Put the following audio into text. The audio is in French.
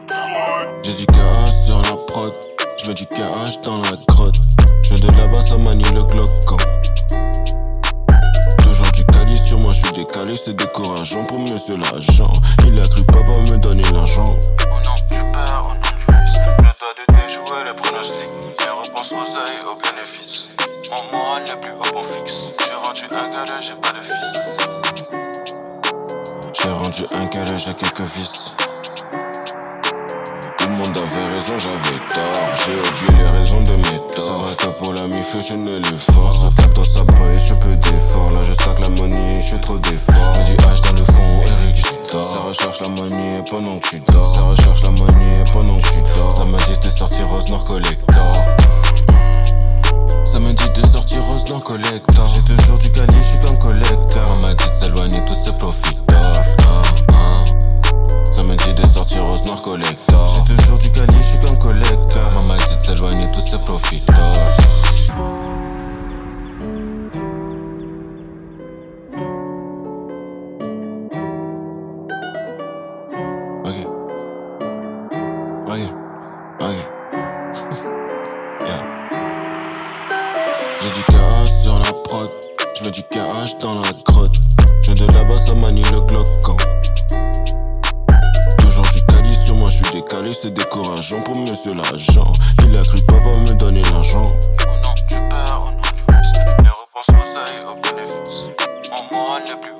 J'ai du cash sur la prod, j'mets du cash dans la grotte. J'viens de là-bas, ça manie le Glock. Toujours du calice sur moi, j'suis décalé, c'est décourageant pour monsieur l'agent. Il a cru papa me donner l'argent. Au nom du père, au nom du fils, le doigt de déjouer les pronostics. Mais repense aux ailes et aux bénéfices. Mon moral n'est plus au bon fixe. J'ai rendu un galet, j'ai pas de fils. J'ai rendu un calé, j'ai quelques vices. Tout le monde avait raison, j'avais tort. J'ai oublié les raisons de mes torts. C'est vrai que pour la mif, je ne l'efforce. Ce capteur ça brille, je peux d'effort. Là je stack la money, je fais trop d'efforts. J'ai du H dans le fond, Eric Jutor. Ça recherche la money pendant que tu dors. Ça recherche la money pendant que tu dors. Ça m'a dit de sortir Rose Nord Collector. Ça me dit de sortir Rose Nord Collector. J'ai toujours du calier, je suis qu'un collecteur. On m'a dit de s'éloigner, tous ces profiteurs. Ça me dit de sortir Rose Nord Collector. J'ai toujours du calier, je suis qu'un collecteur. On m'a dit de s'éloigner, tous ces profiteurs. Ok. Yeah. J'ai du cash sur la prod, j'mets du cash dans la grotte. J'viens de là-bas, ça manie le Glock. Toujours du calice sur moi, j'suis décalé, c'est décourageant pour monsieur l'agent. Il a cru papa me donner l'argent. Au nom du père, au nom du fils, les repense aux ailes et aux bénéfices. Mon moral n'est plus